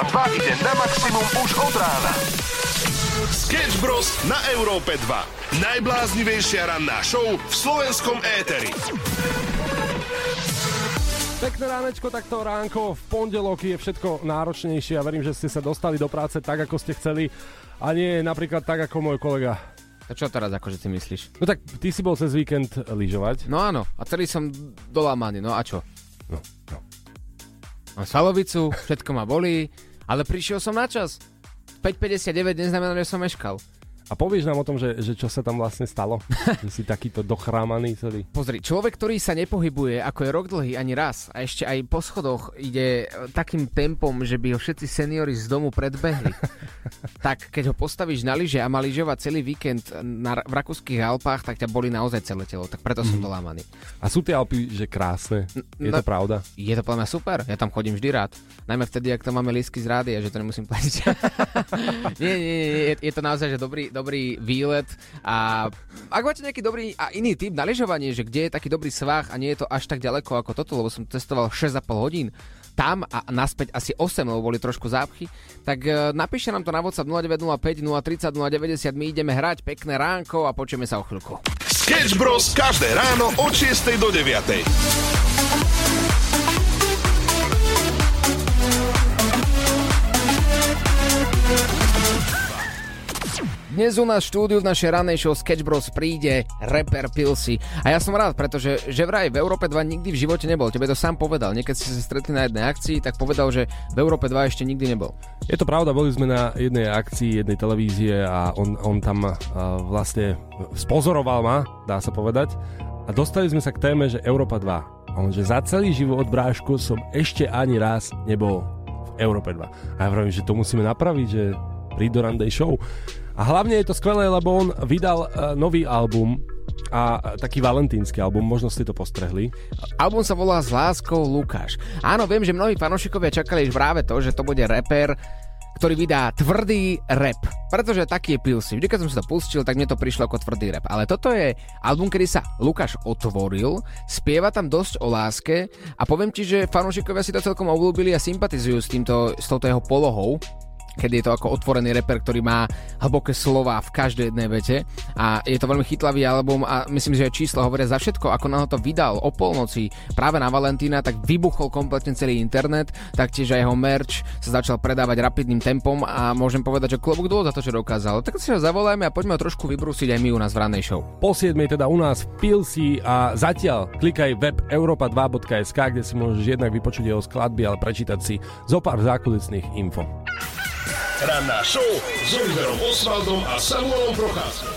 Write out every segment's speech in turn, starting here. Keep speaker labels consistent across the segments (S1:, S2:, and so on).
S1: Európa 2 ide na maximum už od rána.
S2: Sketch Bros. Na Európe 2. Najbláznivejšia ranná show v slovenskom éteri.
S3: Pekné ránečko, takto ránko v pondelok je všetko náročnejšie a verím, že ste sa dostali do práce tak, ako ste chceli a nie napríklad tak, ako môj kolega.
S4: A čo teraz akože si myslíš?
S3: No tak ty si bol cez víkend lyžovať.
S4: No áno, a celý som dolámaný, no a čo?
S3: No.
S4: Mám svalovicu, všetko ma bolí, ale prišiel som na čas. 5:59 neznamená, že som meškal.
S3: A povieš nám o tom, že čo sa tam vlastne stalo? Že si takýto dochrámaný celý.
S4: Pozri, človek, ktorý sa nepohybuje, ako je rok dlhý ani raz a ešte aj po schodoch ide takým tempom, že by ho všetci seniori z domu predbehli. Tak keď ho postavíš na lyže a má lyžovať celý víkend v rakúskych Alpách, tak ťa bolí naozaj celé telo. Tak preto som dolámaný.
S3: A sú tie Alpy, že krásne? Je to pravda?
S4: Je to podľa mňa super. Ja tam chodím vždy rád. Najmä vtedy, ak tam máme lístky z rádia, že to nemusím platiť. Nie, je to naozaj že dobrý výlet a ak máte nejaký dobrý a iný typ na lyžovanie, že kde je taký dobrý svah a nie je to až tak ďaleko ako toto, lebo som testoval 6,5 hodín tam a naspäť asi 8, lebo boli trošku zápchy, tak napíšte nám to na WhatsApp 0905 030 090, my ideme hrať pekné ránko a počujeme sa o chvíľku.
S2: Sketch Bros. Každé ráno od 6 do 9.
S4: Dnes u nás v štúdiu v našej rannej show Sketch Bros príde rapper Pilsi. A ja som rád, pretože že vraj v Európe 2 nikdy v živote nebol. Tebe to sám povedal. Niekedy ste sa stretli na jednej akcii, tak povedal, že v Európe 2 ešte nikdy nebol.
S3: Je to pravda, boli sme na jednej akcii, jednej televízie a on tam vlastne spozoroval ma, dá sa povedať. A dostali sme sa k téme, že Európa 2. On, že za celý život, brášku, som ešte ani raz nebol v Európe 2. A ja vravím, že to musíme napraviť, že príď do randej show. A hlavne je to skvelé, lebo on vydal nový album a taký valentínsky album, možno ste to postrehli.
S4: Album sa volá S láskou Lukáš. Áno, viem, že mnohí fanúšikovia čakali práve to, že to bude rapper, ktorý vydá tvrdý rap. Pretože taký je Pilsi. Vždy, keď som si to pustil, tak mne to prišlo ako tvrdý rap. Ale toto je album, kedy sa Lukáš otvoril, spieva tam dosť o láske a poviem ti, že fanúšikovia si to celkom obľúbili a sympatizujú s touto jeho polohou, kedy je to ako otvorený reper, ktorý má hlboké slová v každej jednej vete a je to veľmi chytlavý album a myslím, že čísla hovoria za všetko. Ako na to vydal o polnoci práve na Valentína, tak vybuchol kompletne celý internet, taktiež aj jeho merch sa začal predávať rapidným tempom a môžem povedať, že klobúk dôl za to, čo dokázal. Tak si ho zavolajme a poďme ho trošku vybrúsiť aj my u nás v rannej show.
S3: Po 7 teda u nás v Pilsi a zatiaľ klikaj web europa2.sk, kde si môžeš jednak vypočuť jeho skladby, ale prečítať si zo pár zákulisných info.
S2: Ranná show s Oliverom Osvaldom a Samuelom Procházkom.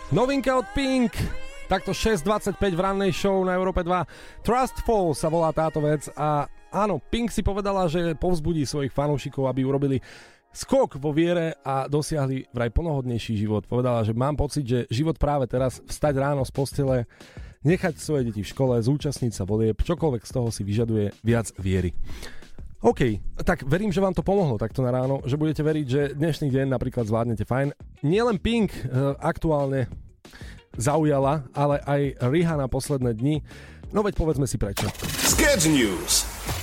S3: Novinka od Pink. Takto 6.25 v rannej show na Európe 2. Trustful sa volá táto vec a áno, Pink si povedala, že povzbudí svojich fanúšikov, aby urobili skok vo viere a dosiahli vraj plnohodnejší život. Povedala, že mám pocit, že život práve teraz, vstať ráno z postele, nechať svoje deti v škole, zúčastniť sa volieb, čokoľvek z toho si vyžaduje viac viery. OK, tak verím, že vám to pomohlo takto na ráno, že budete veriť, že dnešný deň napríklad zvládnete fajn. Nielen Pink aktuálne zaujala, ale aj Rihanna posledné dni. No veď povedzme si prečo.
S2: Sketch News.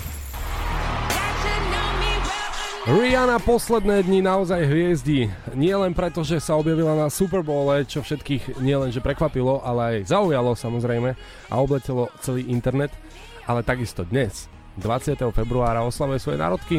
S3: Rihanna posledné dni naozaj hviezdi. Nie len preto, že sa objavila na Super Bowle, čo všetkých nielenže prekvapilo, ale aj zaujalo samozrejme a obletelo celý internet, ale takisto dnes, 20. februára, oslavuje svoje národky.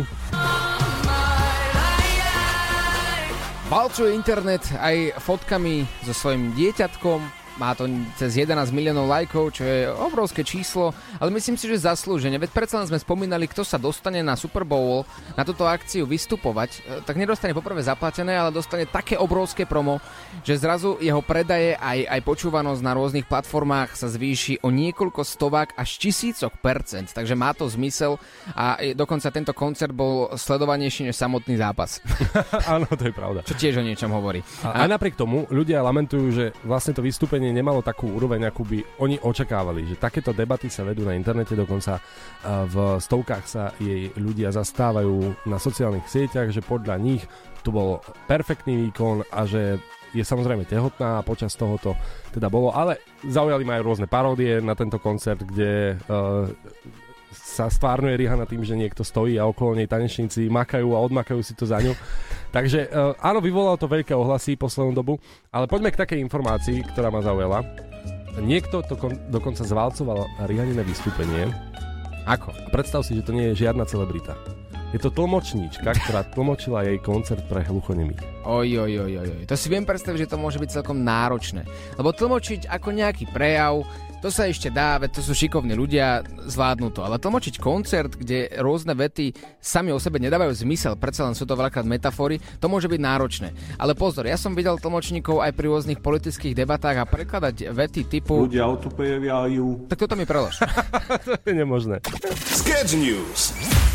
S4: Valcuje internet aj fotkami so svojím dieťatkom. Má to cez 11 miliónov lajkov, čo je obrovské číslo, ale myslím si, že zaslúžene. Veď predsa len sme spomínali, kto sa dostane na Super Bowl, na túto akciu vystupovať, tak nedostane poprvé zaplatené, ale dostane také obrovské promo, že zrazu jeho predaje aj počúvanosť na rôznych platformách sa zvýši o niekoľko stovák až 1000%. Takže má to zmysel a dokonca tento koncert bol sledovanejší než samotný zápas.
S3: Áno, to je pravda.
S4: Čo tiež o niečom hovorí.
S3: A napriek tomu ľudia lamentujú, že vlastne to vystúpenie nemalo takú úroveň, akú by oni očakávali. Že takéto debaty sa vedú na internete, dokonca v stovkách sa jej ľudia zastávajú na sociálnych sieťach, že podľa nich to bol perfektný výkon a že je samozrejme tehotná a počas tohoto teda bolo, ale zaujali ma aj rôzne paródie na tento koncert, kde sa stvárňuje Rihanna tým, že niekto stojí a okolo nej tanečníci makajú a odmakajú si to za ňu. Takže áno, vyvolalo to veľké ohlasy poslednú dobu, ale poďme k takej informácii, ktorá ma zaujala. Niekto to dokonca zvalcoval Rihannine vystúpenie.
S4: Ako?
S3: Predstav si, že to nie je žiadna celebrita. Je to tlmočníčka, ktorá tlmočila jej koncert pre hluchonemých.
S4: Oj. To si viem predstaviť, že to môže byť celkom náročné. Lebo tlmočiť ako nejaký prejav, to sa ešte dá, veď to sú šikovní ľudia, zvládnu to. Ale tlmočiť koncert, kde rôzne vety sami o sebe nedávajú zmysel, predsa len sú to veľakrát metafory, to môže byť náročné. Ale pozor, ja som videl tlmočníkov aj pri rôznych politických debatách a prekladať vety typu...
S5: Ľudia otupejajú.
S4: Tak toto mi prelož.
S3: To je nemožné.
S2: Sketch News.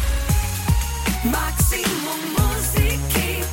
S6: Maximum muziky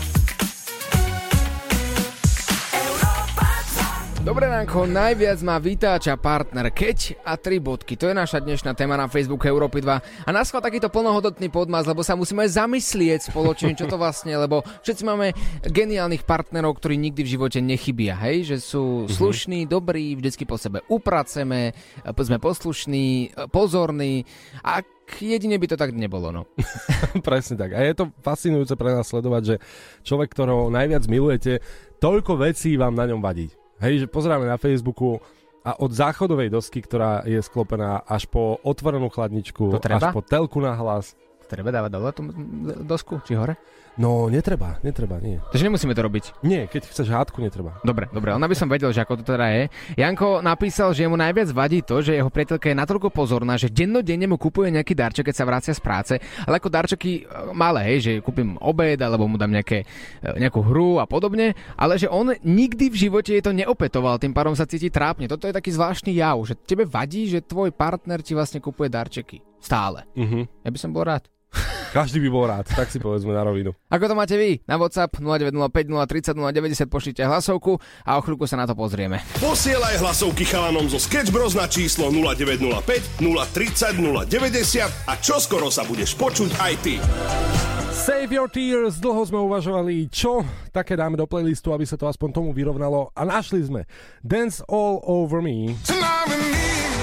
S6: Európa 2.
S4: Dobré ránko, najviac ma vytáča partner Keď a 3 bodky. To je naša dnešná téma na Facebooku Európy 2. A naschvál takýto plnohodnotný podmaz, lebo sa musíme zamyslieť spoločne, čo to vlastne, lebo všetci máme geniálnych partnerov, ktorí nikdy v živote nechybia, hej? Že sú slušní, dobrí, vždycky po sebe upraceme, sme poslušní, pozorní a jedine by to tak nebolo, no.
S3: Presne tak. A je to fascinujúce pre nás sledovať, že človek, ktorého najviac milujete, toľko vecí vám na ňom vadí. Hej, že pozeráme na Facebooku a od záchodovej dosky, ktorá je sklopená, až po otvorenú chladničku, až po telku na hlas.
S4: Treba dávať dole tú dosku, či hore?
S3: No, netreba, nie.
S4: Takže nemusíme to robiť.
S3: Nie, keď chceš hádku, netreba.
S4: Dobre, ona by som vedel, že ako to teda je. Janko napísal, že mu najviac vadí to, že jeho priateľka je natoľko pozorná, že dennodenne mu kupuje nejaký darček, keď sa vracia z práce, ale ako darčeky malé, hej, že kúpim obed, alebo mu dám nejakú hru a podobne, ale že on nikdy v živote jej to neopetoval, tým pádom sa cíti trápne. Toto je taký zvláštny jav, že tebe vadí, že tvoj partner ti vlastne kupuje darčeky. Stále. Ja by som bol rád.
S3: Každý by bol rád, tak si povedzme na rovinu.
S4: Ako to máte vy? Na WhatsApp 0905 030 090 pošlite hlasovku a o chvíľku sa na to pozrieme.
S2: Posielaj hlasovky chalanom zo Sketch Bros na číslo 0905 030 090 a čoskoro sa budeš počuť aj ty.
S3: Save Your Tears, dlho sme uvažovali, čo také dáme do playlistu, aby sa to aspoň tomu vyrovnalo a našli sme Dance All Over Me.
S7: Tonight with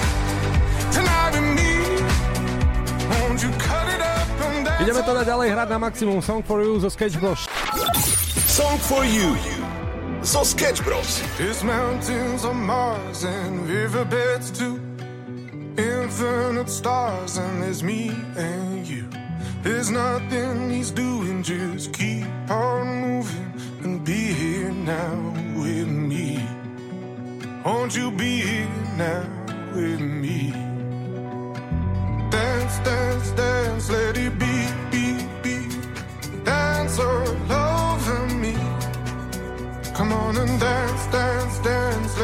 S7: me, won't you cut it up and dance?
S3: Ideme to ďalej hrať na maximum. Song for You zo Sketch Bros.
S2: Song for You zo Sketch Bros.
S7: There's mountains on Mars and riverbeds too, infinite stars and there's me and you. There's nothing he's doing, just keep on moving and be here now with me. Won't you be here now with me? Dance, dance, dance, let it be, be, be. Dance all over me. Come on and dance, dance, dance,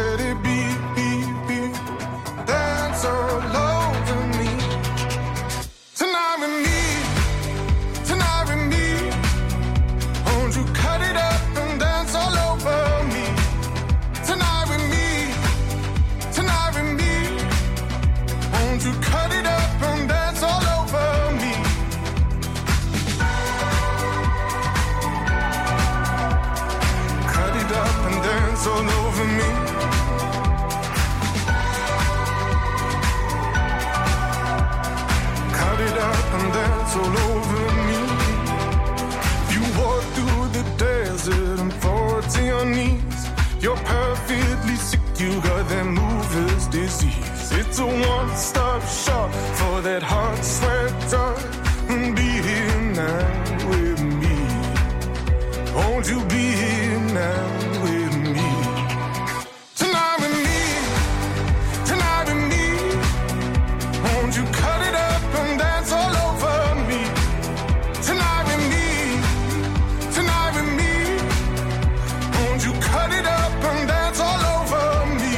S7: You're perfectly sick, you got that mover's disease. It's a one-stop shop for that hot sweat drug. Be here now with me. Won't you be here now with me? Tonight with me, tonight with me. Won't you cut it up and dance all over me? Tonight with me, tonight with me. Won't you cut it up and dance all over me?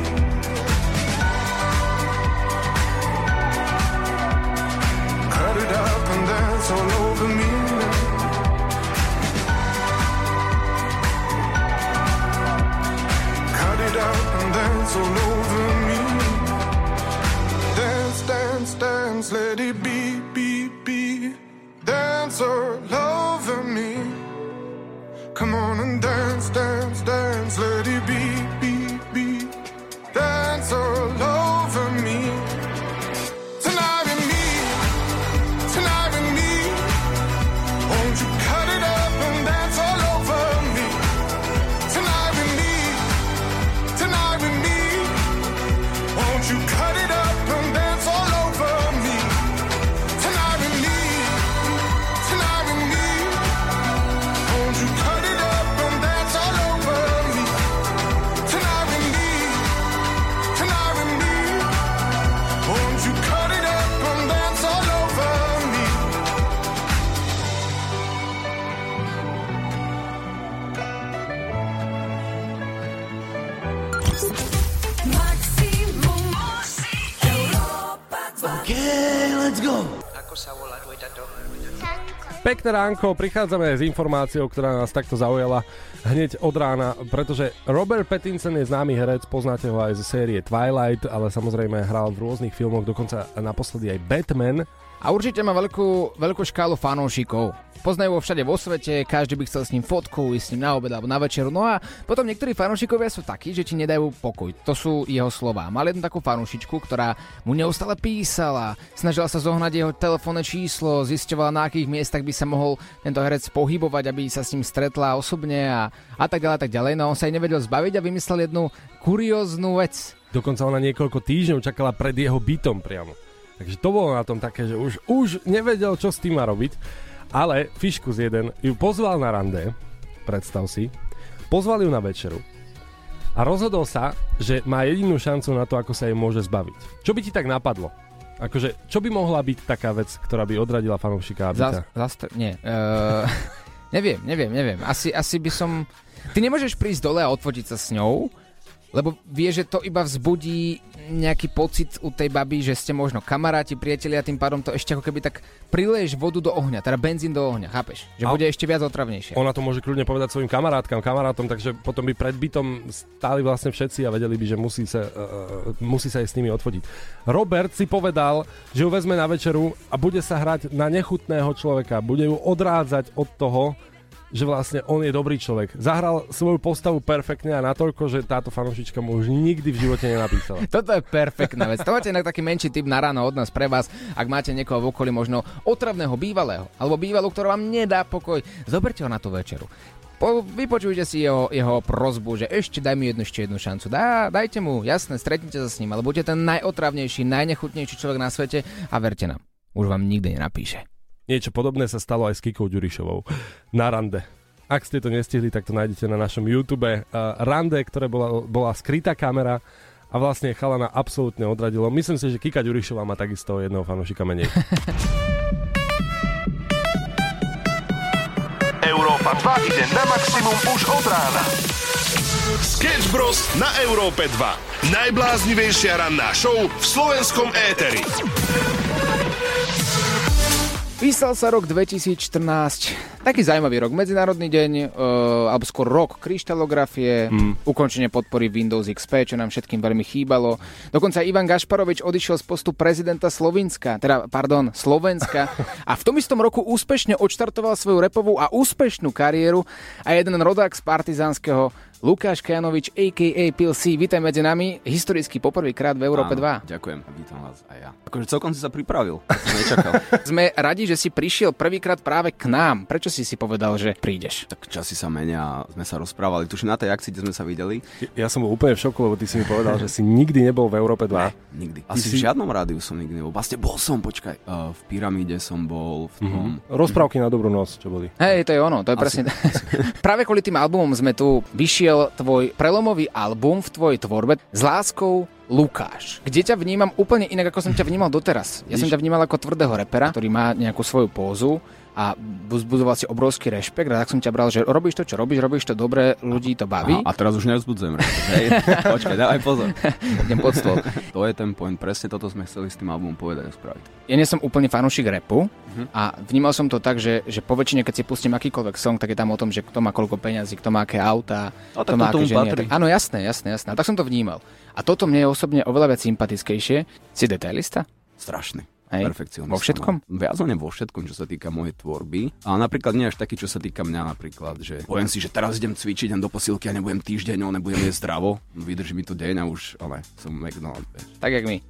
S7: Cut it up and dance all over me. Cut it up and dance all over me. Dance, dance, dance, let it be, be, be. Dance all over me. Come on and dance, dance, dance, let it be, be, be. Dance all over me. Tonight with me, tonight with me. Won't you cut it up and dance all over me? Tonight with me, tonight with me. Won't you cut it up and dance all over me? Tonight with me, tonight with me. Won't you cut it up and dance all over me? Tonight with me, tonight with me. Won't you cut it up and dance all over me?
S6: Maximum Európa 2.
S3: Pekné ránko, prichádzame s informáciou, ktorá nás takto zaujala hneď od rána, pretože Robert Pattinson je známy herec, poznáte ho aj zo série Twilight, ale samozrejme hral v rôznych filmoch, dokonca naposledy aj Batman.
S4: A určite má veľkú škálu fanúšikov. Poznajú ho všade vo svete, každý by chcel s ním fotku, ísť s ním na obed alebo na večeru. No a potom niektorí fanúšikovia sú takí, že ti nedajú pokoj. To sú jeho slová. Mal jednu takú fanúšičku, ktorá mu neustále písala, snažila sa zohnať jeho telefónne číslo, zisťovala, na akých miestach by sa mohol tento herec pohybovať, aby sa s ním stretla osobne a tak ďalej, tak ďalej. No on sa jej nevedel zbaviť a vymyslel jednu kurióznu vec.
S3: Dokonca ona niekoľko týždňov čakala pred jeho bytom priamo. Takže to bolo na tom také, že už nevedel, čo s tým má robiť. Ale Fiškus jeden ju pozval na rande, predstav si, pozval ju na večeru a rozhodol sa, že má jedinú šancu na to, ako sa jej môže zbaviť. Čo by ti tak napadlo? Akože, čo by mohla byť taká vec, ktorá by odradila fanúšika? Neviem. Asi by som... Ty nemôžeš prísť dole a odfotiť sa s ňou, lebo vie, že to iba vzbudí nejaký pocit u tej baby, že ste možno kamaráti, priatelia, tým pádom to ešte ako keby tak prileješ vodu do ohňa, teda benzín do ohňa, chápeš? Že bude ešte viac otravnejšie. Ona to môže kľudne povedať svojim kamarátom, takže potom by pred bytom stáli vlastne všetci a vedeli by, že musí sa aj s nimi odfotiť. Robert si povedal, že ju vezme na večeru a bude sa hrať na nechutného človeka, bude ju odrádzať od toho, že vlastne on je dobrý človek. Zahral svoju postavu perfektne a natoľko, že táto fanúšička mu už nikdy v živote nenapísala.
S4: Toto je perfektná vec. To máte inak taký menší tip na ráno od nás pre vás, ak máte niekoho v okolí možno otravného bývalého, alebo bývalú, ktorá vám nedá pokoj. Zoberte ho na tú večeru. Vypočujte si jeho prosbu, že ešte daj mi ešte jednu šancu. Dajte mu, jasné, stretnite sa s ním, ale buďte ten najotravnejší, najnechutnejší človek na svete a verte nám, už vám nikdy nenapíše.
S3: Niečo podobné sa stalo aj s Kikou Ďurišovou na rande. Ak ste to nestihli, tak to nájdete na našom YouTube. Rande, ktoré bola skrytá kamera a vlastne chalana absolútne odradilo. Myslím si, že Kika Ďurišová má takisto jedného fanúšika menej.
S1: Európa 2 ide na maximum už od rána.
S2: Sketch Bros. Na Európe 2. Najbláznivejšia ranná show v slovenskom éteri.
S4: Písal sa rok 2014, taký zaujímavý rok, Medzinárodný deň, alebo skôr rok kryštalografie, ukončenie podpory Windows XP, čo nám všetkým veľmi chýbalo. Dokonca Ivan Gašparovič odišiel z postu prezidenta Slovenska a v tom istom roku úspešne odštartoval svoju rapovú a úspešnú kariéru a jeden rodák z partizánskeho Lukáš Kajanovič, a.k.a. Pilsi, vítaj medzi nami, historicky poprvýkrát v Európe 2.
S5: Ďakujem, vítam vás aj ja. Akože celkom si sa pripravil, som nečakal.
S4: Sme radi, že si prišiel prvýkrát práve k nám. Prečo si si povedal, že prídeš?
S5: Tak časy sa menia a sme sa rozprávali. Tuším na tej akcii, kde sme sa videli.
S3: Ja som bol úplne v šoku, lebo ty si mi povedal, že si nikdy nebol v Európe 2.
S5: Nikdy. Asi v žiadnom rádiu som nikdy nebol. Vlastne bol som, počkaj. V Pyramíde som bol, v tom...
S3: Rozprávky na dobrú noc, čo boli.
S4: Hej, to je ono, to je presne... Práve kvôli tým albumom sme tu, vyšiel tvoj prelomový album v tvojej tvorbe S láskou Lukáš, kde ťa vnímam úplne inak, ako som ťa vnímal doteraz. Ja som ťa vnímal ako tvrdého repera, ktorý má nejakú svoju pózu a budoval si obrovský rešpekt a tak som ťa bral, že robíš to, čo robíš to dobre, ľudí to baví.
S5: A teraz už nevzbudzujem rešpekt, hej? Počkaj, dávaj pozor.
S4: Idem pod stôl.
S5: To je ten point, presne toto sme chceli s tým albumom povedať a spraviť.
S4: Ja nie som úplne fanúšik rapu a vnímal som to tak, že po väčšine, keď si pustím akýkoľvek song, tak je tam o tom, že kto má koľko peňazí, kto má aké autá, kto má aké ženy. Áno, jasné. A tak som to vnímal. A toto mne je osobne oveľa viac sympatickejšie. Si detailista?
S5: Strašný.
S4: Perfekcionista. Vo všetkom?
S5: Viac menej vo všetkom, čo sa týka mojej tvorby. A napríklad nie až taký, čo sa týka mňa napríklad, že poviem si, že teraz idem cvičiť, idem do posilky a nebudem týždeň, nebudem jesť zdravo. Vydrží mi to deň a už, ale som McDonald's.
S4: Tak jak my.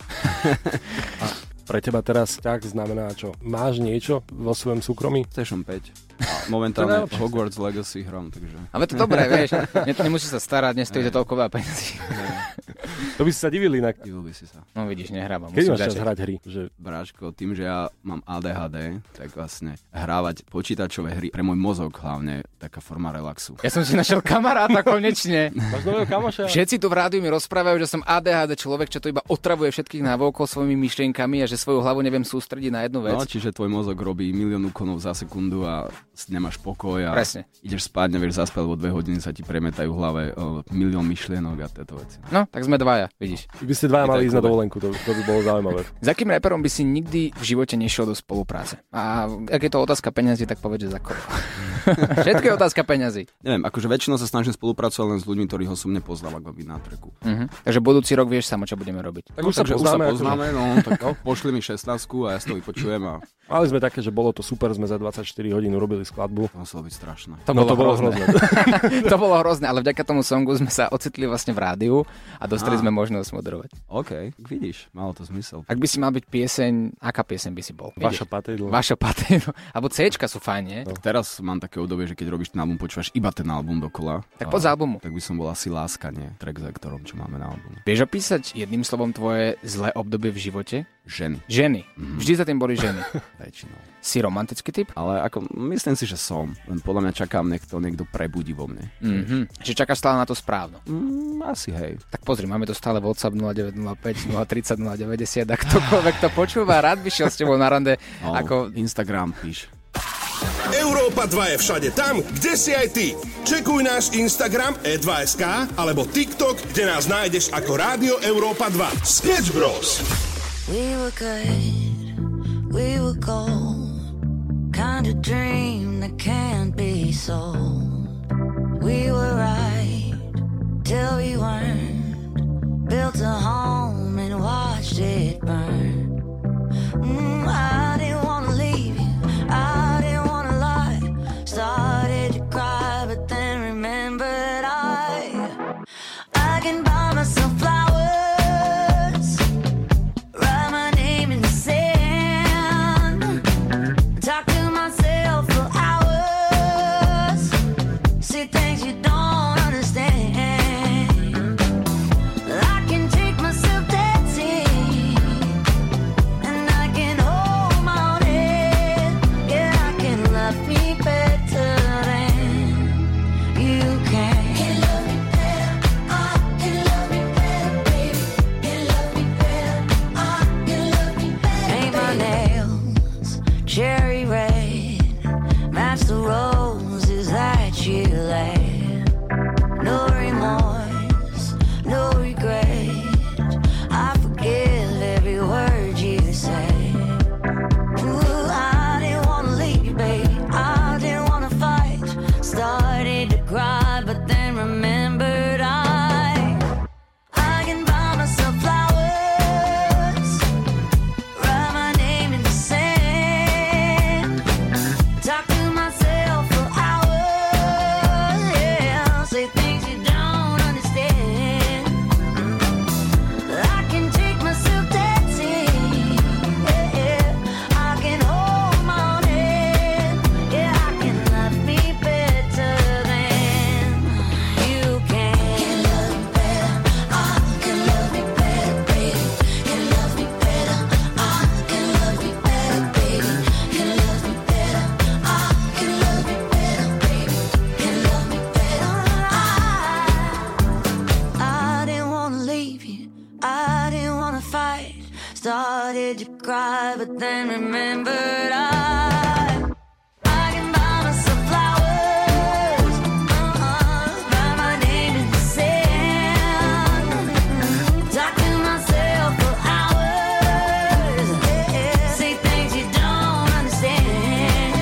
S3: Pre teba teraz tak znamená čo? Máš niečo vo svojom súkromí?
S5: PlayStation 5. A momentálne Hogwarts Legacy hram, takže...
S4: Ale to dobré, vieš. Nemusíš sa starať, nestojí to toľko veľa peniazí.
S3: To by si sa divil inak.
S5: Divil by si sa.
S4: No vidíš, nehrávam.
S3: Keď máš čas hrať hry? Že...
S5: Bráško, tým, že ja mám ADHD, tak vlastne hrávať počítačové hry pre môj mozog hlavne taká forma relaxu.
S4: Ja som si našiel kamaráta konečne.
S3: Máš nového kamoša?
S4: Všetci tu v rádiu mi rozprávajú, že som ADHD človek, čo to iba otravuje všetkých návokol svojimi myšlienkami a že svoju hlavu neviem sústrediť na jednu vec.
S5: No, čiže tvoj mozog robí 1 000 000 úkonov za sekundu a nemáš pokoj a
S4: presne.
S5: Ideš spať, nevieš zaspať, lebo 2 hodiny sa ti premietajú v hlave 1 000 000 myšlienok a tieto veci.
S4: No, tak sme dvaja, vidíš.
S3: By ste dvaja mali ísť na dovolenku, to by bolo zaujímavé.
S4: Za akým raperom by si nikdy v živote nešiel do spolupráce? A ak je to otázka peňazí, tak povedz, že za koho. Všetko je otázka peňazí.
S5: Neviem, akože väčšinou sa snažím spolupracovať len s ľuďmi, ktorých som nepoznal, ako byť na treku.
S4: Takže budúci rok vieš samo, čo budeme robiť.
S3: Tak už sa poznáme,
S5: no, tak pošli mi 16 a ja si to vypočujem a...
S3: Mali sme také, že bolo to super, sme za 24 hodín urobili skladbu.
S5: To muselo byť strašné.
S4: To bolo hrozné. To bolo hrozné, ale vďaka tomu songu sme sa ocitli vlastne v rádiu a dostali sme možnosť moderovať.
S5: OK, vidíš, malo to zmysel.
S4: Ak by si mal byť pieseň, aká pieseň by si bol?
S3: Vaša patejdlo.
S4: Vaša patejdlo. Alebo C-čka sú fajn, nie?
S5: No. Teraz mám také obdobie, že keď robíš ten album, počúvaš iba ten album dokola.
S4: Tak poď z albumu.
S5: Tak by som bol asi Láska, nie? Track s Hektorom, čo máme na albume.
S4: Vieš opísať jedným slovom tvoje zlé obdobie v živote?
S5: Ženy.
S4: Vždy za tým boli ženy.
S5: Väčšinou.
S4: Si romantický typ?
S5: Ale ako, myslím si, že som. Len podľa mňa čakám, niekto prebudí vo mne.
S4: Že čakáš stále na to správno.
S5: Asi hej.
S4: Tak pozri, máme to stále WhatsApp 0905 030 090 a ktokoľvek to počúva, rád by šiel s tebou na rande. Ako...
S5: Instagram píš.
S2: Európa 2 je všade tam, kde si aj ty. Čekuj náš Instagram E2SK alebo TikTok, kde nás nájdeš ako Rádio Európa 2. Sketch Bros.
S6: We were good, we were gold, kind of dream that can't be sold. We were right till we weren't, built a home and watched it burn. I didn't want to leave you, I didn't want to lie, started to cry but then remembered I can buy myself flowers. Things you don't understand. Why did you cry, but then remembered I can buy myself flowers, write my name in the sand, talk to myself for hours, say things you don't understand.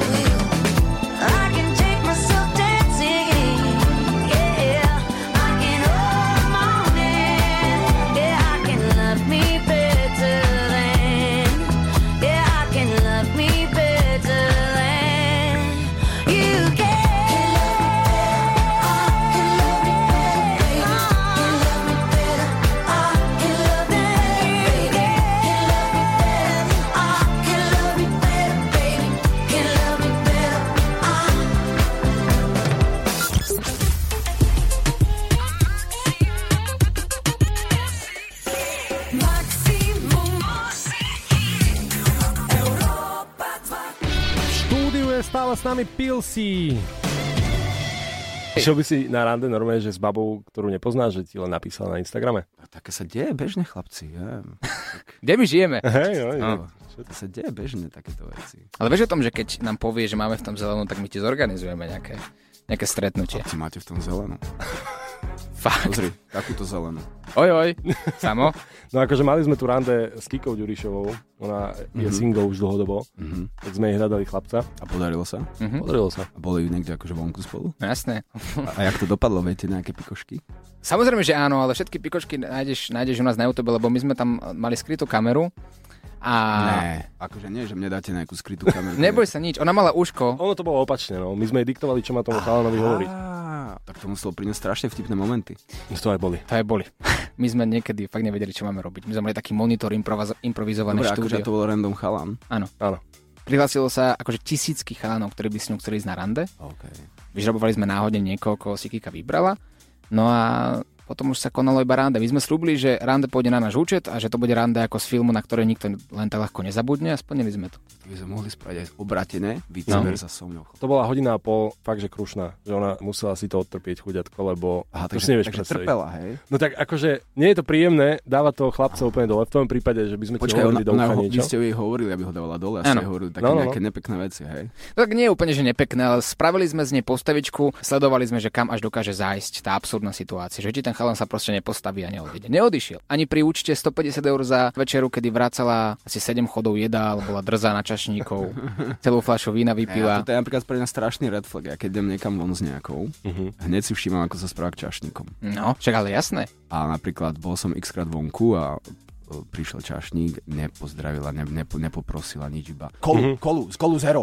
S6: I can take myself dancing, yeah, I can hold my own hand, yeah, I can love me better than, yeah, I can love me better than you can.
S3: V štúdiu je stále s nami Pilsi. Išiel by si na rande normálne, že s babou, ktorú nepoznáš, že ti len napísala na Instagrame?
S5: Také sa deje bežne, chlapci. Ja.
S4: Kde my žijeme?
S3: Hej,
S5: To sa deje bežne, takéto veci.
S4: Ale vieš o tom, že keď nám povie, že máme v tom zelenú, tak my ti zorganizujeme nejaké stretnutie.
S5: Chlapci, máte v tom zelenú.
S4: Fakt.
S5: Pozri, takúto zelenú.
S4: Oj, samo.
S3: No akože mali sme tu rande s Kikou Ďurišovou, ona je single už dlhodobo, tak sme jej hľadali chlapca.
S5: A podarilo sa?
S3: Podarilo sa.
S5: A boli niekde akože vonku spolu?
S4: No jasné.
S5: A jak to dopadlo? Viete nejaké pikošky?
S4: Samozrejme, že áno, ale všetky pikošky nájdeš u nás na YouTube, lebo my sme tam mali skrytú kameru. A...
S5: Ne, akože nie, že mne dáte nejakú skrytú kameru.
S4: Neboj sa nič, ona mala uško.
S3: Ono to bolo opačne, no. My sme jej diktovali, čo má tomu chalanovi hovoriť.
S5: Tak to muselo priniesť strašne vtipné momenty.
S3: To aj boli.
S4: My sme niekedy fakt nevedeli, čo máme robiť. My sme mali taký monitor improvizované
S5: Dobre,
S4: štúdio.
S5: akože to bol random chalan.
S4: Áno.
S3: Áno.
S4: Prihlásilo sa akože tisícky chalanov, ktorí by s ňou chceli ísť na rande.
S5: Okay.
S4: Vyžrebovali sme náhodne niekoho, koho si Kika vybrala. No a potom už sa konalo iba rande. My sme slúbili, že rande pôjde na náš účet a že to bude rande ako z filmu, na ktoré nikto len tak ľahko nezabudne a splnili sme to.
S5: My sme mohli spraviť aj obratené, vice versa so mňou.
S3: To bola hodina a pol, fakt, že krušná. Že ona musela si to odtrpieť, chuďatko, lebo to si nevieš predstaviť.
S5: Trpela, hej?
S3: No tak akože nie je to príjemné dávať toho chlapca úplne dole. V tom prípade, že by sme ti hovorili do ucha niečo.
S5: Vy ste jej hovorili, aby ho dávala dole a ste hovorili také nejaké nepekné veci, hej?
S4: No tak nie je úplne, že nepekné, ale spravili sme z nej postavičku, sledovali sme, že kam až dokáže zájsť tá absurdná situácia, že či ten chalan sa proste nepostaví a neodíde. Neodišiel. Ani pri účte 150 eur za večeru, kedy vracala asi 7 chodov jedál, bola drzá na čašníkov, celú fľašu vína vypila.
S5: Ja, to je napríklad pre mňa strašný red flag. Ja keď idem niekam von s nejakou, hneď si všímam, ako sa správa k čašníkom.
S4: No, však ale jasné.
S5: A napríklad bol som xkrát vonku a prišiel čašník, nepozdravila, nepoprosila nič, iba kolu zero.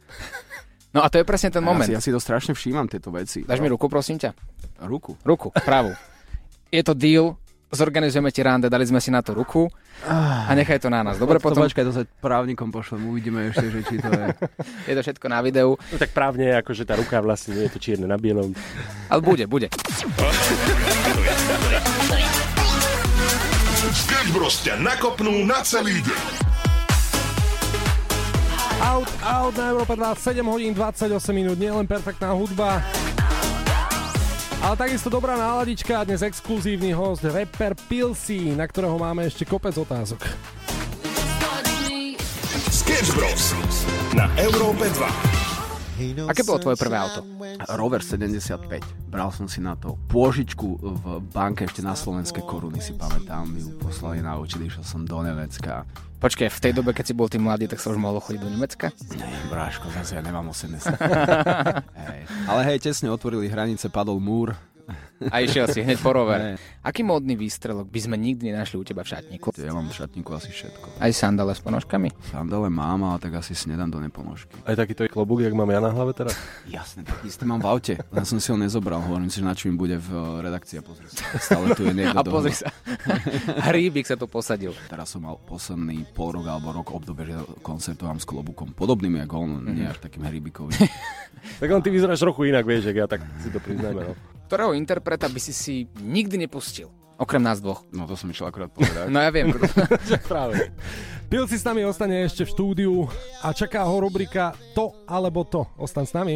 S4: No a to je presne ten moment.
S5: Ja si to strašne všímam, tieto veci.
S4: Dáš mi ruku, prosím ťa?
S5: Ruku,
S4: pravú. Je to deal, zorganizujeme ti rande, dali sme si na to ruku a nechaj to na nás. Dobre, potom...
S5: Počkaj, to sa právnikom pošlem, uvidíme ešte, že či to je...
S4: Je to všetko na videu.
S3: No tak právne, akože tá ruka vlastne nie je to čierne na bielom.
S4: Ale bude.
S2: Sketch Bros ťa nakopnú na celý deň.
S3: Out na Európa 2, 7 hodín 28 minút, nie len perfektná hudba, ale takisto dobrá náladička a dnes exkluzívny host, rapper Pilsi, na ktorého máme ešte kopec otázok.
S2: Sketch Bros na Európe 2.
S4: Aké bolo tvoje prvé auto?
S5: Rover 75. Bral som si na to pôžičku v banke ešte na slovenské koruny, si pamätám. Mi ju poslali na účet, išiel som do Nemecka.
S4: Počkej, v tej dobe, keď si bol tým mladý, tak sa už mohlo chodiť do Nemecka?
S5: Nie, bráško, zase ja nemám 80. Hej. Ale hej, tesne otvorili hranice, padol múr.
S4: A išiel si hneď po rover. Aký módny výstrelok by sme nikdy nenašli u teba v šatníku?
S5: Ja mám v šatníku asi všetko.
S4: Aj sandále s ponožkami?
S5: Sandále mám, ale tak asi si nedám do neponožky.
S3: Aj takýto je klobúk, jak mám ja na hlave teraz?
S5: Jasne, tak isté mám v aute. Ja som si ho nezobral, hovorím si, že na čo mi bude v redakcii a pozri sa. Stále tu je niekto
S4: a pozri sa. Hríbik sa tu posadil.
S5: Teraz som mal posledný pol rok alebo rok obdobie, že koncertovám s klobúkom podobným jak on, nie až takým hríbikovým.
S3: Tak len ty vyzeráš trochu inak, vieš, jak ja, tak si to priznáme, no.
S4: Ktorého interpreta by si nikdy nepustil? Okrem nás dvoch.
S5: No to som išiel akurát povedať.
S4: No ja viem.
S3: Práve. Pilsi s nami ostane ešte v štúdiu a čaká ho rubrika To alebo to. Ostaň s nami.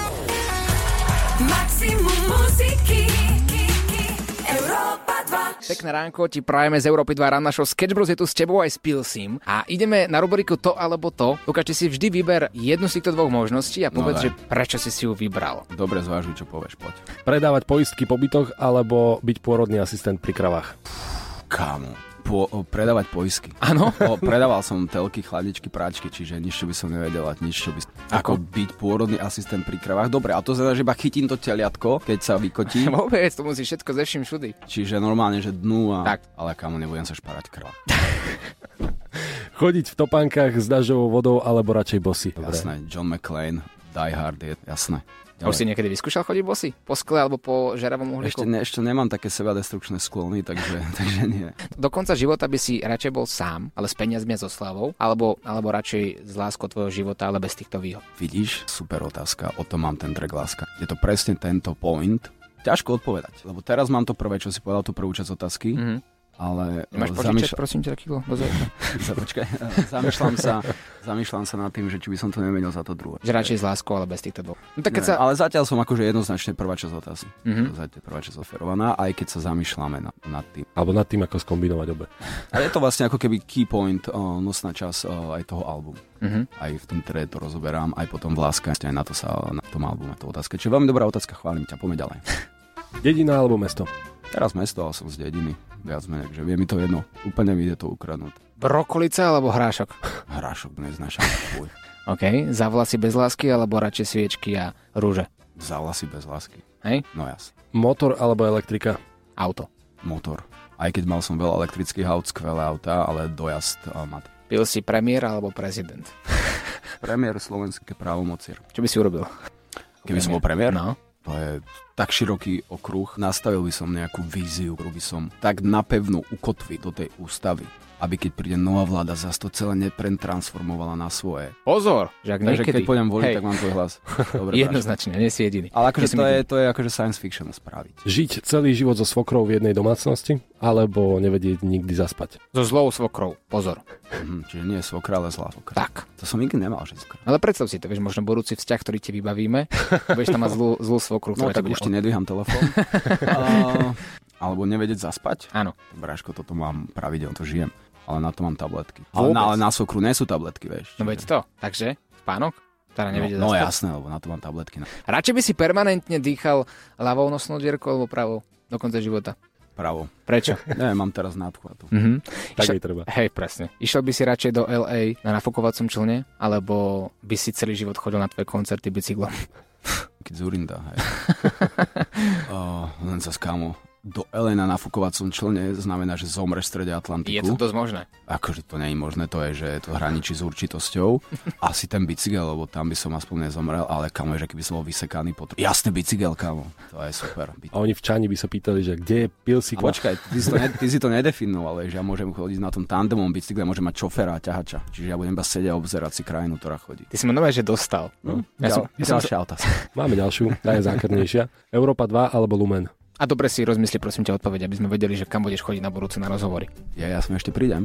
S8: Maximum muziky Európa 2.
S4: Pekné ránko ti prajeme z Európy 2 Ranná show. Sketch Bros je tu s tebou aj s Pilsim. A ideme na rubriku To alebo to. Lukáš, ty si vždy vyber jednu z týchto dvoch možností a povedz, že prečo si ju vybral.
S5: Dobre, zvážuj, čo povieš, poď.
S3: Predávať poistky po bytoch alebo byť pôrodný asistent pri kravách.
S5: Kámo. Predávať poisky.
S4: Áno?
S5: Predával som telky, chladičky, práčky, čiže nič, čo by som nevedel, nič, čo by... Ako byť pôrodný asistent pri kravách. Dobre, a to znamená, že iba chytím to teliatko, keď sa vykotí.
S4: Vôbec, to musíš všetko ze vším všudy.
S5: Čiže normálne, že dnu a...
S4: Tak.
S5: Ale kámo, nebudem sa šparať krva.
S3: Chodiť v topánkach s dažďovou vodou alebo radšej bosy.
S5: Jasné, John McClane, Die Hard, je jasné.
S4: A už si niekedy vyskúšal chodiť bosy? Po skle alebo po žeravom uhlíku?
S5: Ešte nemám také sebadestrukčné sklony, takže nie.
S4: Do konca života by si radšej bol sám, ale s peniazmi a so slávou, alebo radšej s láskou tvojho života, ale bez týchto výhod?
S5: Vidíš? Super otázka, o tom mám ten track láska. Je to presne tento point. Ťažko odpovedať, lebo teraz mám to prvé, čo si povedal, tú prvú časť otázky. Ale
S4: máš požičať, prosím ťa, kilo do zajtra?
S5: Počkaj, zamýšľam sa nad tým, že či by som to nemenil za to druhé.
S4: Že radšej s láskou, ale bez týchto dvoch. No, tak
S5: ale zatiaľ som akože jednoznačne prvá časť otázky. Zatiaľ prvá časť oferovaná, aj keď sa zamýšľame nad tým.
S3: Alebo nad tým, ako skombinovať obe.
S5: A je to vlastne ako keby key point, nosná časť aj toho albumu. Aj v tom trade to rozoberám, aj potom v láske, aj na to sa na tom albume to otázka. Čiže veľmi dobrá otázka, chválim ťa, poďme ďalej.
S3: Dedina alebo mesto?
S5: Teraz mesto, ale som z dediny. Viac menej, že je mi to jedno. Úplne mi ide to ukradnúť.
S4: Brokolica alebo hrášok?
S5: Hrášok neznášam.
S4: OK. Za vlasy bez lásky alebo radšej sviečky a rúže?
S5: Za vlasy bez lásky.
S4: Hej?
S5: No jasne.
S3: Motor alebo elektrika?
S4: Auto.
S5: Motor. Aj keď mal som veľa elektrických aut, skvelé autá, ale dojazd mat.
S4: Pil si premiér alebo prezident?
S5: Premiér slovenské právomocier.
S4: Čo by si urobil?
S5: Keby som bol premiér?
S4: No.
S5: To je tak široký okruh. Nastavil by som nejakú víziu, ktorú by som tak napevno ukotviť do tej ústavy, aby keď príde nová vláda, zase to celé nepretransformovala na svoje.
S4: Pozor, že ak
S5: takže
S4: niekedy...
S5: keď pôjdem voliť, tak mám tvoj hlas. Dobre,
S4: jednoznačne, nie si jediný.
S5: Ale akože to je akože science fiction spraviť.
S3: Žiť celý život so svokrou v jednej domácnosti, alebo nevedieť nikdy zaspať.
S4: So zlou svokrou, pozor.
S5: Čiže nie je svokra, ale zlá svokra.
S4: Tak.
S5: To som nikdy nemal, že svokra.
S4: Ale predstav si to, vieš, možno budúci vzťah, ktorý ti vybavíme, budeš tam mať zlú svokru.
S5: No tak už ti nedvíham telefón. Alebo nevedieť zaspať.
S4: Áno.
S5: Bráško, toto mám pravidelne, to žijem. Ale na to mám tabletky. Ale na svokru nie sú tabletky, vieš.
S4: No veď to. Takže, spánok? Teda nevedieť zaspať.
S5: No jasné, lebo na to mám tabletky.
S4: Radšej by si permanentne dýchal ľavou nosnou dierkou alebo pravou do konca života?
S5: Pravou.
S4: Prečo?
S5: Neviem, mám teraz nádchvatu.
S3: Tak jej treba.
S4: Hej, presne. Išiel by si radšej do LA na nafukovacom člne, alebo by si celý život chodil na tvoje koncerty bicyklom?
S5: Keď zurinda, hej. Len sa skámo. Do LA na nafukovacom člne znamená, že zomreš v strede Atlantiku.
S4: Je to dosť možné.
S5: Akože to nie je možné, to je, že to hraničí s určitosťou. Asi ten bicykel, lebo tam by som aspoň nezomrel, ale kamo, že keby som bol vysekaný potom. Jasne bicykel, kamo. To je super.
S3: A oni v Čani by sa pýtali, že kde je Pilsík?
S5: Počkaj, ty si to nedefinoval, že ja môžem chodiť na tom tandemom bicykle, môžem mať šoféra a ťahača. Čiže ja budem iba sedieť a obzerať si krajinu, ktorá chodí.
S4: Ty si ma nové, že dostal.
S5: Ďalšia otázka.
S3: Máme ďalšiu, tá je zákernejšia. Európa 2 alebo Lumen?
S4: A dobre si rozmysli, prosím ťa, odpoveď, aby sme vedeli, že kam budeš chodiť na budúce na rozhovory.
S5: Ja som ešte prídem.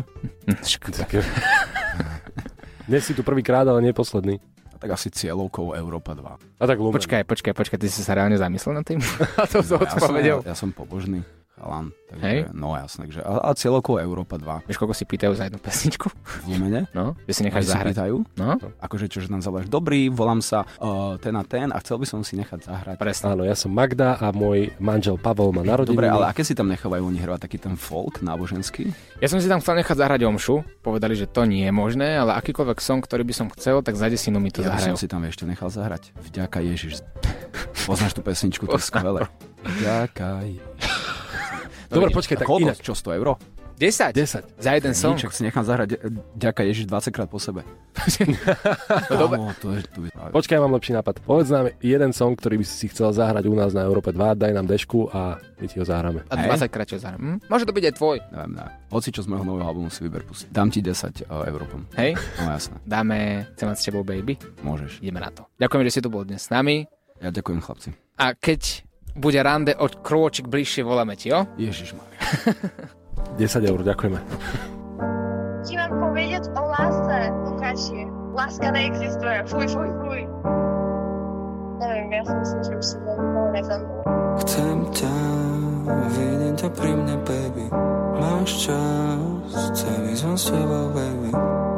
S3: Dnes si tu prvýkrát, ale nie posledný.
S5: A tak asi cieľovkou Európa 2.
S3: A tak Lumen.
S4: Počkaj, ty si sa reálne zamyslel nad tým? A to som odpovedel.
S5: Ja som pobožný chalan. Takže,
S4: hej?
S5: No jasné, takže a cieľovkou Európa 2.
S4: Vieš, koľko si pýtajú za jednu pesničku?
S5: V Lumene?
S4: No, že si necháš zahrať.
S5: Pýtajú?
S4: No.
S5: Akože čože tam zavoláš, dobrý, volám sa ten a ten a chcel by som si nechať zahrať.
S3: Presne. Áno, ja som Magda a môj manžel Pavel má narodeniny.
S5: Dobre, ale aké si tam nechávajú oni hrávať, taký ten folk náboženský?
S4: Ja som si tam chcel nechať zahrať omšu, povedali, že to nie je možné, ale akýkoľvek song, ktorý by som chcel, tak za desinu mi to zahrajú.
S5: Ja som si tam ešte nechal zahrať. Vďaka Ježiš. Poznáš tú pesničku, to je skvelé. Vďaka Ježiš.
S3: Dobre, počkaj, tak inak.
S5: Čo, 100 euro?
S4: 10. Za jeden song.
S5: Ničak si nechám zahrať Ďaka Ježiš 20 krát po sebe.
S4: Dobre.
S3: Počkaj, mám lepší nápad. Povedz nám jeden song, ktorý by si chcel zahrať u nás na Európe 2, daj nám dešku a my ti ho zahráme.
S4: A 20 krát čo zahrám. Môže to byť aj tvoj.
S5: Neviem, hoci čo z môjho nového albumu si vyber pustiť. Dám ti 10 Európom.
S4: Hej?
S5: No jasné.
S4: Dáme Chcem mať s tebou, baby?
S5: Môžeš.
S4: Ideme na to. Ďakujem, že si tu bol dnes s nami.
S5: Ja ďakujem, chlapci.
S4: A keď bude rande o krôčik bližšie, voláme ti, jo?
S5: Ježišmaria.
S3: 10 eur, ďakujeme.
S8: Ti mám povedať o láske, Lukáši. Láska neexistuje. Fuj. Neviem, ja si myslím, že už si nebol nezamil.
S9: Chcem ťa vidím ťa pri mne, baby. Máš čas, chcem ísť von s tebou, baby.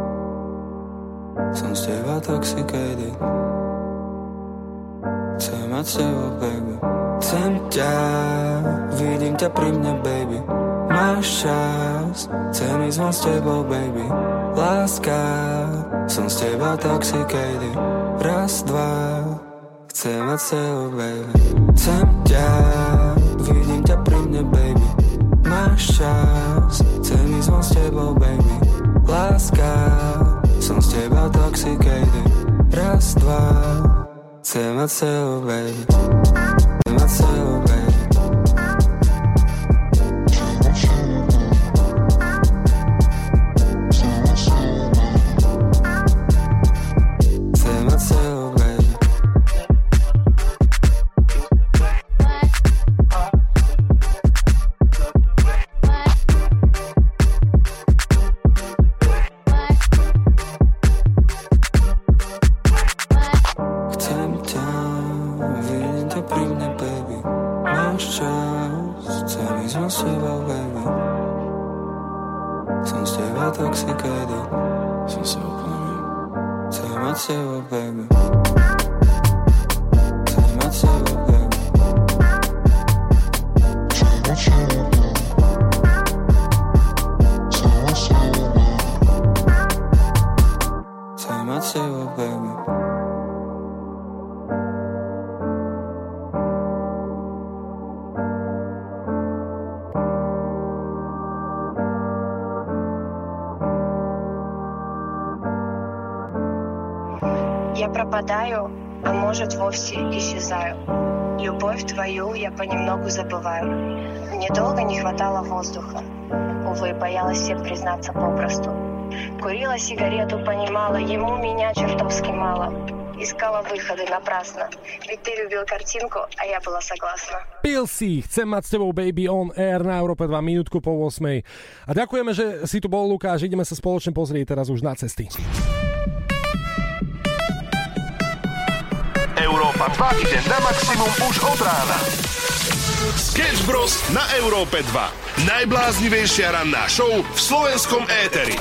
S9: Som z teba toxicated. Chcem mať s tebou, baby. Chcem ťa, vidím ťa pri mne, baby. Máš čas, chcem ísť von s tebou, baby. Láska, som z teba toxicated. Raz, dva, chcem mať s tebou, baby. Chcem ťa, vidím ťa pri mne, baby. Máš čas, chcem ísť von s tebou, baby. Láska, som z teba toxicated. Raz, dva, chcem mať s tebou, baby. Chcem mať s tebou, baby.
S8: Я пропадаю, а может вовсе исчезаю. Любовь твою я понемногу забываю. Мне долго не хватало воздуха. Увы, боялась всем признаться попросту. Курила сигарету, понимала, ему меня чертовски мало. Искала выходы напрасно. Ведь ты любил картинку, а я была согласна.
S3: Pilsi, chcem mať s tebou, baby, on air na Európe 2 minútku po 8. A ďakujeme, že si tu bol, Lukáš. Ideme sa spoločne pozrieť teraz už na cesty.
S1: Európa 2 ide na maximum už od rána.
S2: Sketch Bros. Na Európe 2. Najbláznivejšia ranná show v slovenskom éteri.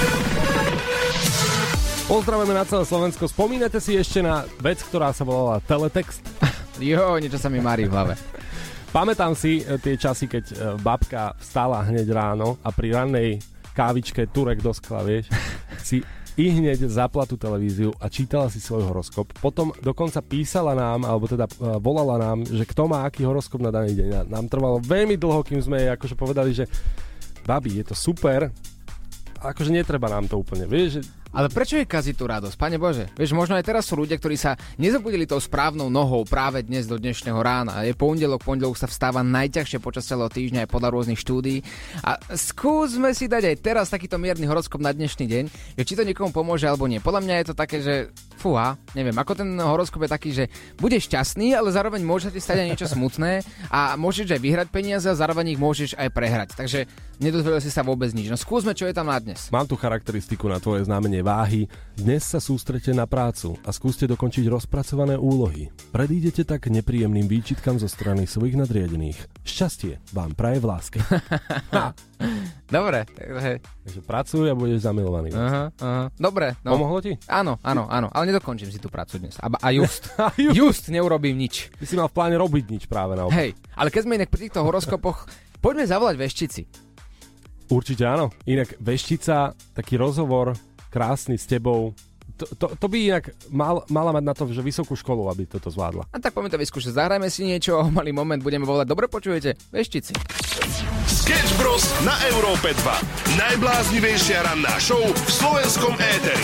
S3: Pozdravujeme na celé Slovensko. Spomínate si ešte na vec, ktorá sa volala teletext?
S4: Jo, niečo sa mi mári v hlave.
S3: Pamätám si tie časy, keď babka vstala hneď ráno a pri rannej kávičke Turek do skla, vieš, si hneď zapla tú televíziu a čítala si svoj horoskop. Potom dokonca písala nám, alebo teda volala nám, že kto má aký horoskop na daný deň. A nám trvalo veľmi dlho, kým sme jej akože povedali, že babi, je to super, akože netreba nám to úplne, vieš, že...
S4: Ale prečo je kaziť tú radosť? Pane Bože, vieš, možno aj teraz sú ľudia, ktorí sa nezabudili tou správnou nohou práve dnes do dnešného rána. Je pondelok sa vstáva najťažšie počas celého týždňa aj podľa rôznych štúdií. A skúsme si dať aj teraz takýto mierny horoskop na dnešný deň, že či to niekomu pomôže alebo nie. Podľa mňa je to také, že fúha, neviem, ako ten horoskop je taký, že budeš šťastný, ale zároveň môže ti stať aj niečo smutné a môžeš aj vyhrať peniaze a zároveň ich môžeš aj prehrať. Takže nedozvedel si sa vôbec nič. No skúsme, čo je tam na dnes.
S3: Mám tu charakteristiku na tvoje znamenie váhy. Dnes sa sústrete na prácu a skúste dokončiť rozpracované úlohy. Predídete tak nepríjemným výčitkam zo strany svojich nadriadených. Šťastie vám praje v láske.
S4: Dobre, takže
S3: pracuj a budeš zamilovaný.
S4: Aha. Dobre. No.
S3: Pomohlo ti?
S4: Áno, ale nedokončím si tú prácu dnes. A just neurobím nič.
S3: Ty si mal v pláne robiť nič práve naopak.
S4: Hej, ale keď sme inak pri týchto horoskopoch, poďme zavolať Veštici.
S3: Určite áno. Inak Veštica, taký rozhovor krásny s tebou. To by inak mala mať na to, že vysokú školu, aby toto zvládla.
S4: A tak poďme to vyskúšať. Zahrajme si niečo, o malý moment budeme volať. Dobre počujete? Veštici.
S2: Sketch Bros. Na Európe 2. Najbláznivejšia ranná show v slovenskom éteri.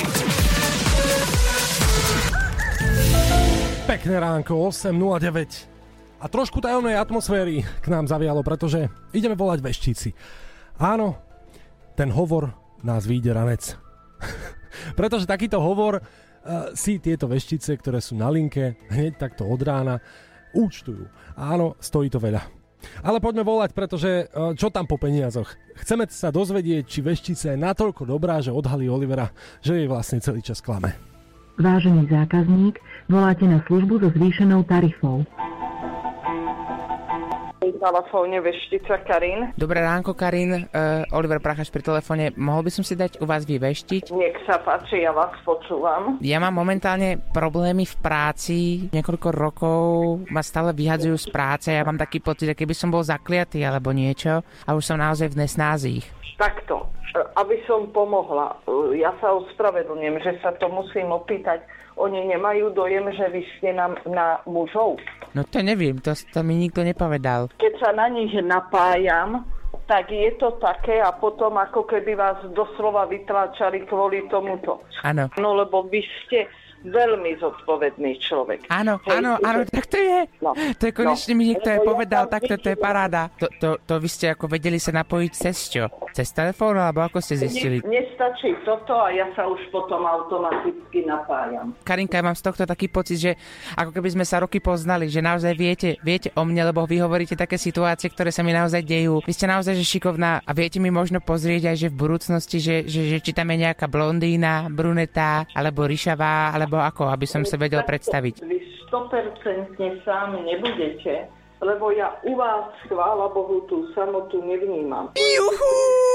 S3: Pekné ránko, 8.09. A trošku tajomnej atmosféry k nám zavialo, pretože ideme volať Veštici. Áno, ten hovor nás vyjde ranec. Pretože takýto hovor si tieto veštice, ktoré sú na linke, hneď takto od rána účtujú. Áno, stojí to veľa. Ale poďme volať, pretože čo tam po peniazoch? Chceme sa dozvedieť, či veštica je natoľko dobrá, že odhalí Olivera, že jej vlastne celý čas klame.
S10: Vážený zákazník, voláte na službu so zvýšenou tarifou. Pri telefóne Veštica Karin.
S4: Dobré ránko, Karin. Oliver Prachaš pri telefóne. Mohol by som si dať u vás vyveštiť?
S10: Nech sa páči, ja vás počúvam.
S4: Ja mám momentálne problémy v práci. Niekoľko rokov ma stále vyhadzujú z práce. Ja mám taký pocit, že keby som bol zakliatý alebo niečo a už som naozaj v nesnázích.
S10: Takto, aby som pomohla, ja sa ospravedlňujem, že sa to musím opýtať. Oni nemajú dojem, že vy ste na mužov?
S4: No to neviem, to mi nikto nepovedal.
S10: Keď sa na nich napájam, tak je to také a potom ako keby vás doslova vytláčali kvôli tomuto.
S4: Áno.
S10: No lebo vy ste veľmi zodpovedný človek.
S4: Áno, tak to je. No, to je konečne mi niekto aj povedal, takto to je paráda. To vy ste ako vedeli sa napojiť cez čo? Cez telefón, alebo ako ste zistili?
S10: Nestačí toto a ja sa už potom automaticky napájam.
S4: Karinka, ja mám z tohto taký pocit, že ako keby sme sa roky poznali, že naozaj viete o mne, lebo vy hovoríte také situácie, ktoré sa mi naozaj dejú. Vy ste naozaj že šikovná a viete mi možno pozrieť aj, že v budúcnosti, že či tam je nejaká blondína, brunetá, alebo ryšavá, alebo ako, aby som sa vedel predstaviť.
S10: Vy 100% sám nebudete, lebo ja u vás, chvála Bohu, tú samotu nevnímam.
S4: Juchu,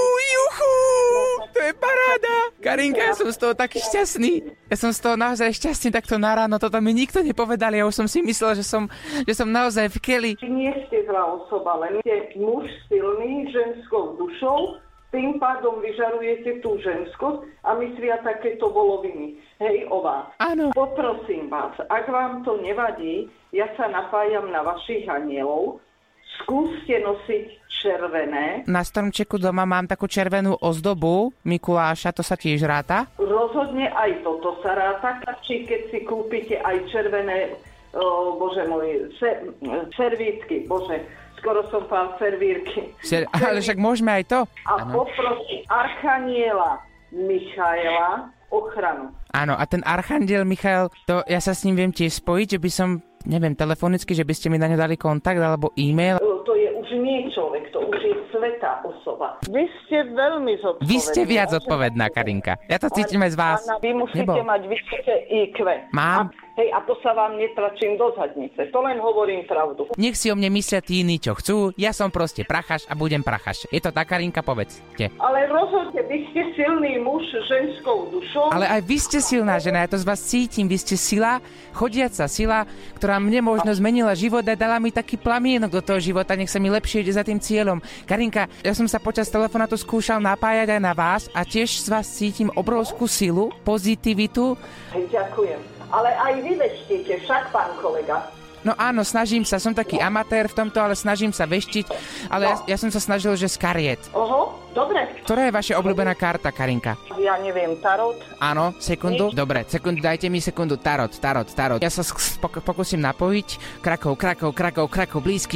S4: to je paráda. Karinka, ja som z toho taký šťastný. Ja som z toho naozaj šťastný takto na ráno. Toto mi nikto nepovedal. Ja už som si myslel, že som naozaj v keli.
S10: Vy nie ste zlá osoba, len ste muž silný, ženskou dušou. Tým pádom vyžarujete tú ženskosť a myslia takéto voloviny. Hej, o vás.
S4: Áno.
S10: Poprosím vás, ak vám to nevadí, ja sa napájam na vašich anielov. Skúste nosiť červené.
S4: Na stromčeku doma mám takú červenú ozdobu Mikuláša, to sa tiež ráta?
S10: Rozhodne aj toto sa ráta, či keď si kúpite aj červené, bože môj, servítky, bože, skoro som pán servírky.
S4: Ale však môžeme aj to.
S10: A poprosím Archaniela Michaela ochranu.
S4: Áno, a ten Archaniel Michael, to ja sa s ním viem tiež spojiť, že by som, neviem, telefonicky, že by ste mi na ňo dali kontakt alebo e-mail.
S10: To je už nie človek, to už je svätá osoba. Vy ste veľmi zodpovedná.
S4: Vy ste viac zodpovedná, Karinka. Ja to cítim aj z vás.
S10: Áno, vy musíte mať vysoké IQ.
S4: Mám.
S10: A to sa vám netlačím do zadnice. To len hovorím pravdu.
S4: Nech si o mne myslia tí iní, čo chcú. Ja som proste prachaš a budem prachaš. Je to tak, Karinka, povedzte.
S10: Ale rozhodne, vy ste silný muž ženskou dušou.
S4: Ale aj vy ste silná žena, ja to z vás cítim. Vy ste sila, chodiaca sila, ktorá mne možno zmenila život a dala mi taký plamienok do toho života. Nech sa mi lepšie ide za tým cieľom. Karinka, ja som sa počas telefonátu skúšal napájať aj na vás a tiež z vás cítim obrovskú silu, pozitivitu.
S10: Ďakujem. Ale aj vy veštíte, však, pán kolega.
S4: No áno, snažím sa, som taký amatér v tomto, ale snažím sa veštiť, ale ja som sa snažil, že z kariet.
S10: Oho, dobre.
S4: Ktorá je vaša obľúbená karta, Karinka?
S10: Ja neviem, tarot.
S4: Áno, sekundu. Dobre, dajte mi sekundu. Tarot. Ja sa pokúsim napojiť. Krakov, blízky,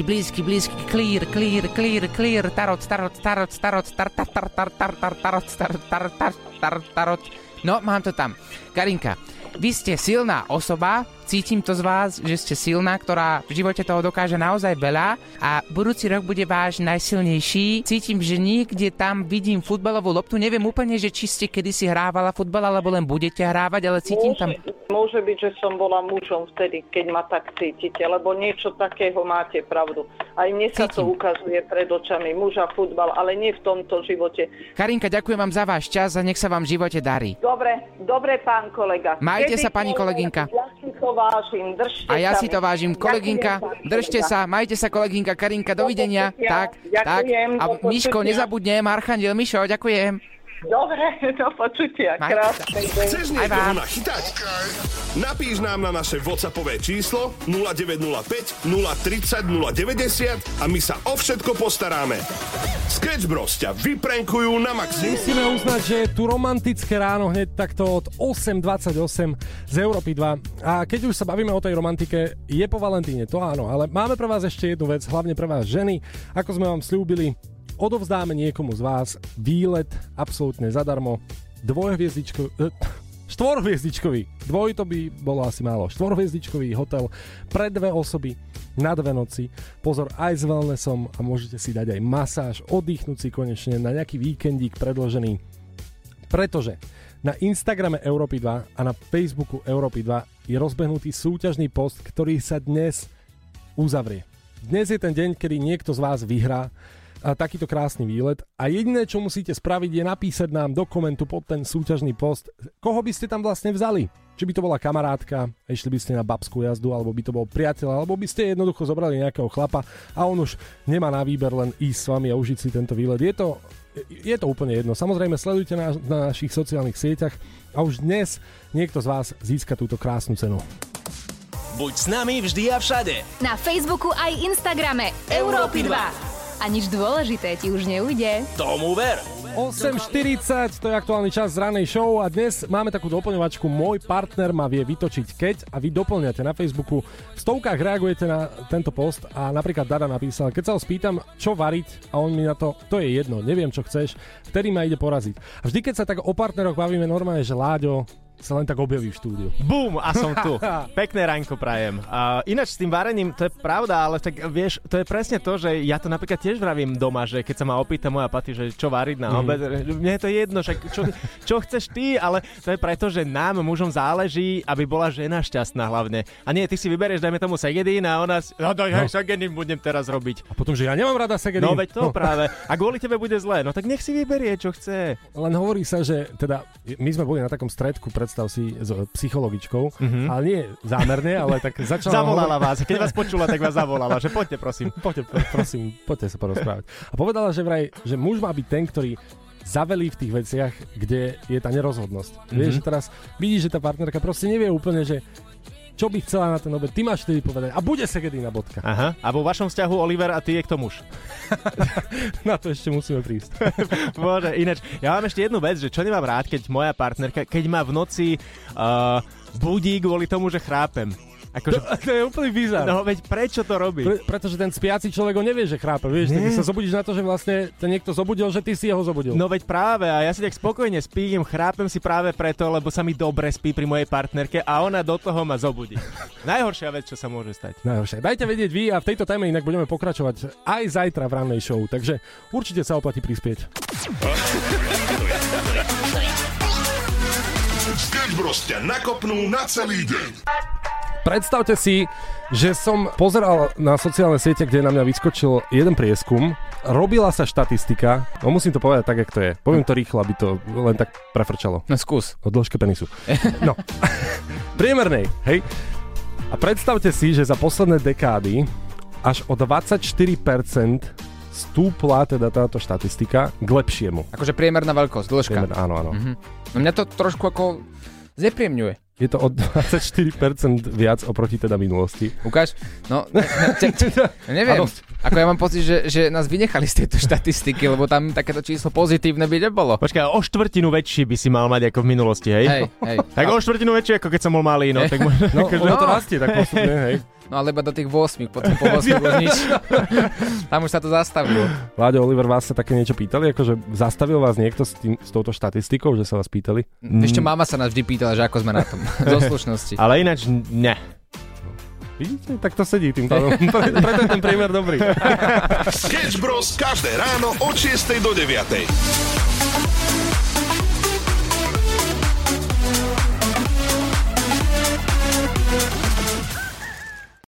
S4: clear, tarot. No, mám to tam. Karinka, vy ste silná osoba, cítim to z vás, že ste silná, ktorá v živote toho dokáže naozaj veľa a budúci rok bude váš najsilnejší. Cítim, že niekde tam vidím futbalovú loptu. Neviem úplne, že či ste kedysi hrávala futbal, alebo len budete hrávať, ale cítim tam...
S10: Môže byť, že som bola mužom vtedy, keď ma tak cítite, lebo niečo takého máte pravdu. Aj mne sa to ukazuje pred očami, muža futbal, ale nie v tomto živote.
S4: Karinka, ďakujem vám za váš čas a nech sa vám v živote darí.
S10: Dobre, pán kolega.
S4: Majte sa, pani kolegynka.
S10: Ja si to vážim, držte
S4: a ja
S10: sa.
S4: si to vážim, kolegynka. Držte sa, majte sa, kolegynka, Karinka, dovidenia. Tak. A Miško, nezabudnem, Archaniel Mišo, ďakujem.
S10: Dobre, do počutia.
S2: Chceš niekoho nachytať? Napíš nám na naše WhatsAppové číslo 0905 030 090 a my sa o všetko postaráme. Sketch Bros ťa vyprankujú na maximum.
S3: Musíme uznať, že je tu romantické ráno hneď takto od 8.28 z Európy 2. A keď už sa bavíme o tej romantike, je po Valentíne, to áno, ale máme pre vás ešte jednu vec, hlavne pre vás ženy. Ako sme vám sľúbili, odovzdáme niekomu z vás výlet absolútne zadarmo, štvorhviezdičkový, dvoj to by bolo asi málo, štvorhviezdičkový hotel pre 2 osoby na 2 noci, pozor aj s wellnessom a môžete si dať aj masáž, oddychnúť si konečne na nejaký víkendík predložený, pretože na Instagrame Európy 2 a na Facebooku Európy 2 je rozbehnutý súťažný post, ktorý sa dnes uzavrie. dnes je ten deň, kedy niekto z vás vyhrá takýto krásny výlet a jediné, čo musíte spraviť, je napísať nám do komentu pod ten súťažný post, koho by ste tam vlastne vzali. Či by to bola kamarátka, išli by ste na babskú jazdu, alebo by to bol priateľ, alebo by ste jednoducho zobrali nejakého chlapa a on už nemá na výber len ísť s vami a užiť si tento výlet. Je to úplne jedno. Samozrejme, sledujte na našich sociálnych sieťach a už dnes niekto z vás získa túto krásnu cenu.
S11: Buď s nami vždy a všade.
S12: Na Facebooku aj Instagrame Európy 2. A nič dôležité ti už neujde.
S11: Tomu ver.
S3: 8.40, to je aktuálny čas z ranej show a dnes máme takú doplňovačku Môj partner ma vie vytočiť keď a vy doplňate na Facebooku. V stovkách reagujete na tento post a napríklad Dada napísal, keď sa ho spýtam, čo variť a on mi na to je jedno, neviem čo chceš, vtedy ma ide poraziť. A vždy, keď sa tak o partneroch bavíme normálne, že Láďo sa len tak objaví v štúdiu.
S13: Bum, a som tu. Pekné ránko prajem. Ináč s tým varením, to je pravda, ale tak vieš, to je presne to, že ja to napríklad tiež vravím doma, že keď sa ma opýta moja Pati, že čo variť na obed, mne je to jedno, však čo chceš ty, ale to je preto, že nám mužom záleží, aby bola žena šťastná hlavne. A nie, ty si vyberieš, dajme tomu segedín a ona segedín budem teraz robiť.
S3: A potom, že ja nemám rada segedín.
S13: No veď to práve. A kvôli tebe bude zlé, no tak nech si vyberie, čo chce.
S3: Len hovorí sa, že teda my sme boli na takom stredku, predstav si, s psychologičkou, ale nie zámerne, ale tak začala...
S13: Zavolala vás, keď vás počula, tak vás zavolala, že poďte prosím.
S3: Poďte sa porozprávať. A povedala, že muž má byť ten, ktorý zavelí v tých veciach, kde je tá nerozhodnosť. Vieš, že teraz vidíš, že tá partnerka proste nevie úplne, že čo by chcela na ten obed, ty máš vtedy povedať a bude segedína bodka.
S13: Aha, a vo vašom vzťahu Oliver a ty je kto muž?
S3: Na to ešte musíme prísť.
S13: Bože, ináč, ja mám ešte jednu vec, že čo nemám rád, keď moja partnerka, keď ma v noci budí kvôli tomu, že chrápem. Akože...
S3: To je úplný bizár.
S13: No veď prečo to robí?
S3: Pretože ten spiaci človek ho nevie, že chrápe. Vieš, tak sa zobudíš na to, že vlastne ten niekto zobudil, že ty si jeho zobudil.
S13: No veď práve, a ja si tak spokojne spím, chrápem si práve preto, lebo sa mi dobre spí pri mojej partnerke a ona do toho ma zobudí. Najhoršia vec, čo sa môže stať.
S3: Najhoršia. Dajte vedieť vy a v tejto téme inak budeme pokračovať aj zajtra v rannej show, takže určite sa oplatí prispieť.
S2: Sketch Bros ťa nakopnú na celý deň.
S3: Predstavte si, že som pozeral na sociálne siete, kde na mňa vyskočil jeden prieskum. Robila sa štatistika, no musím to povedať tak, jak to je. Poviem to rýchlo, aby to len tak prefrčalo.
S4: No skús.
S3: O dĺžke penisu. No, priemernej, hej. A predstavte si, že za posledné dekády až o 24% stúpla teda táto štatistika k lepšiemu.
S4: Akože priemerná veľkosť, dĺžka.
S3: Áno.
S4: No mňa to trošku ako znepríjemňuje.
S3: Je to o 24% viac oproti teda minulosti.
S4: Ukáž? No, neviem. Ako ja mám pocit, že nás vynechali z tejto štatistiky, lebo tam takéto číslo pozitívne by nebolo.
S13: Počkaj, o štvrtinu väčší by si mal mať ako v minulosti, hej?
S4: Hej.
S13: Tak o štvrtinu väčší, ako keď som bol malý, no. Tak
S3: ono to rastie tak postupne, hej.
S4: No ale iba do tých 8, potom po 8 už nič. Tam už sa to zastavilo.
S3: Láďo, Oliver, vás sa také niečo pýtali? Akože zastavil vás niekto s touto štatistikou, že sa vás pýtali?
S4: Ešte mama sa nás vždy pýtala, že ako sme na tom. Zo slušnosti.
S13: Ale ináč ne.
S3: Vidíte? Tak to sedí tým pádom. Preto je ten priemer dobrý.
S2: Sketch Bros každé ráno od 6 do 9.